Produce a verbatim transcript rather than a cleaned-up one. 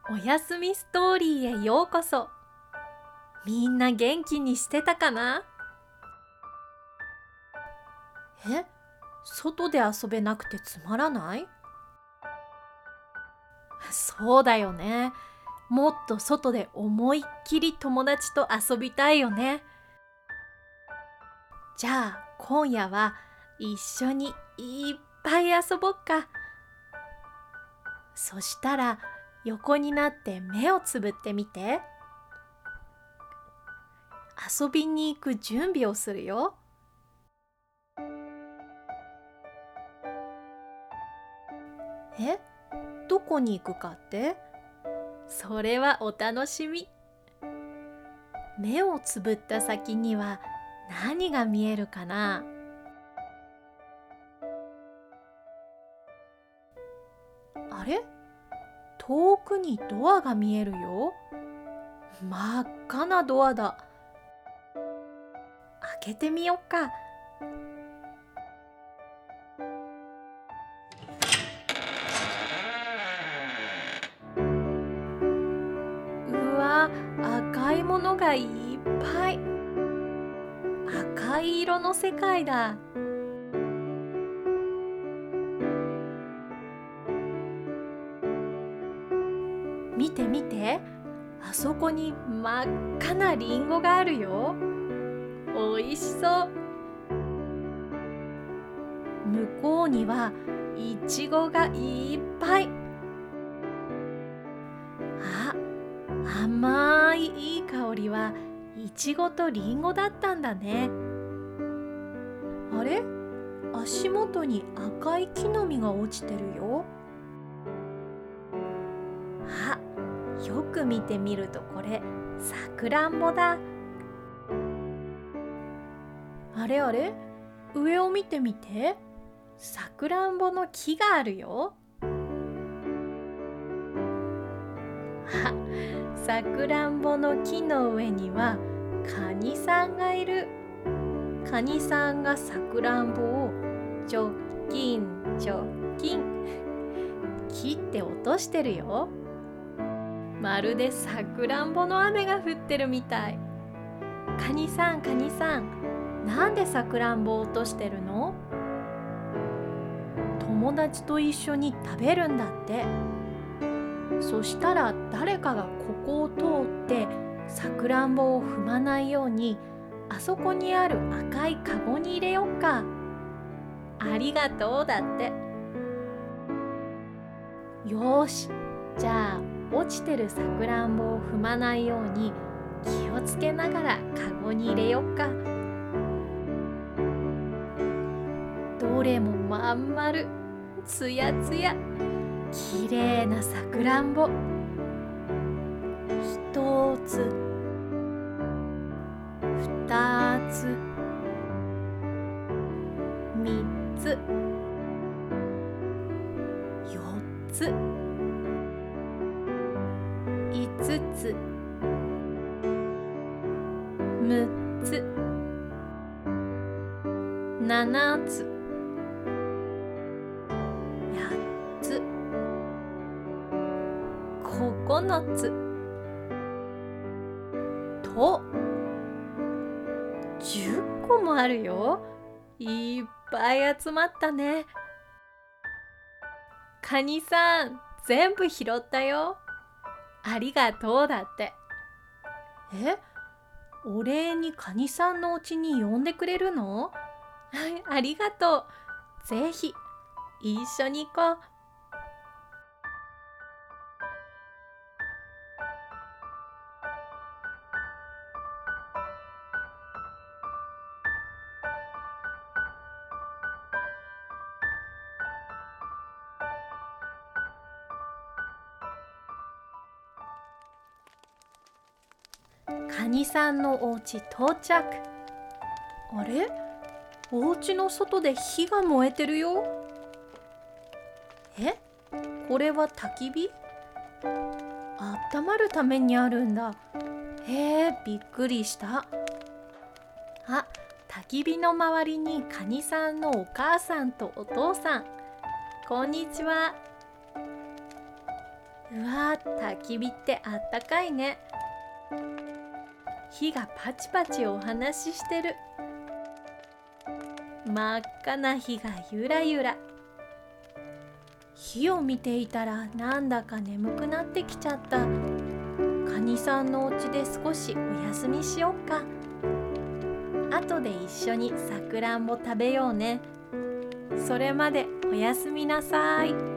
おやすみストーリーへようこそ。みんな元気にしてたかな？え、外で遊べなくてつまらない？そうだよね。もっと外で思いっきり友達と遊びたいよね。じゃあ今夜は一緒にいっぱい遊ぼっか。そしたら横になって目をつぶってみて。遊びに行く準備をするよ。え、どこに行くかって？それはお楽しみ。目をつぶった先には何が見えるかな？あれ？遠くにドアが見えるよ。真っ赤なドアだ。開けてみよっか。うわ、赤いものがいっぱい。赤い色の世界だ。見て見て、あそこに真っ赤なリンゴがあるよ。おいしそう。向こうにはいちごがいっぱい。あ、甘いいい香りはいちごとりんごだったんだね。あれ？足元に赤い木の実が落ちてるよ。あ、よく見てみるとこれさくらんぼだ。あれあれ？上を見てみて。さくらんぼの木があるよ。あ、さくらんぼの木の上にはカニさんがいる。カニさんがさくらんぼをチョッキンチョッキン切って落としてるよ。まるでさくらんぼの雨が降ってるみたい。カニさんカニさん、なんでさくらんぼを落としてるの？友達と一緒に食べるんだって。そしたら誰かがここを通ってさくらんぼを踏まないように、あそこにある赤いカゴに入れよっか。ありがとうだって。よーし、じゃあ落ちてるさくらんぼを踏まないように気をつけながらカゴに入れよっか。どれもまん丸、つやつや、きれいなさくらんぼ。ひとつ、ふたつ、みっつ、よっつ、いつつ、むっつ、ななつ、やっつ、ここのつとじゅっこもあるよ。いっぱい集まったね。カニさん、全部拾ったよ。ありがとうだって。え、お礼にカニさんのお家に呼んでくれるの？ありがとう。ぜひ一緒に行こう。カニさんのお家到着。あれ？お家の外で火が燃えてるよ。え？これは焚き火？あったまるためにあるんだ。へえ、びっくりした。あ、焚き火の周りにカニさんのお母さんとお父さん。こんにちは。 うわー、焚き火ってあったかいね。火がパチパチお話ししてる。真っ赤な火がゆらゆら。火を見ていたらなんだか眠くなってきちゃった。カニさんのお家で少しお休みしよっか。後で一緒にさくらんぼ食べようね。それまでおやすみなさい。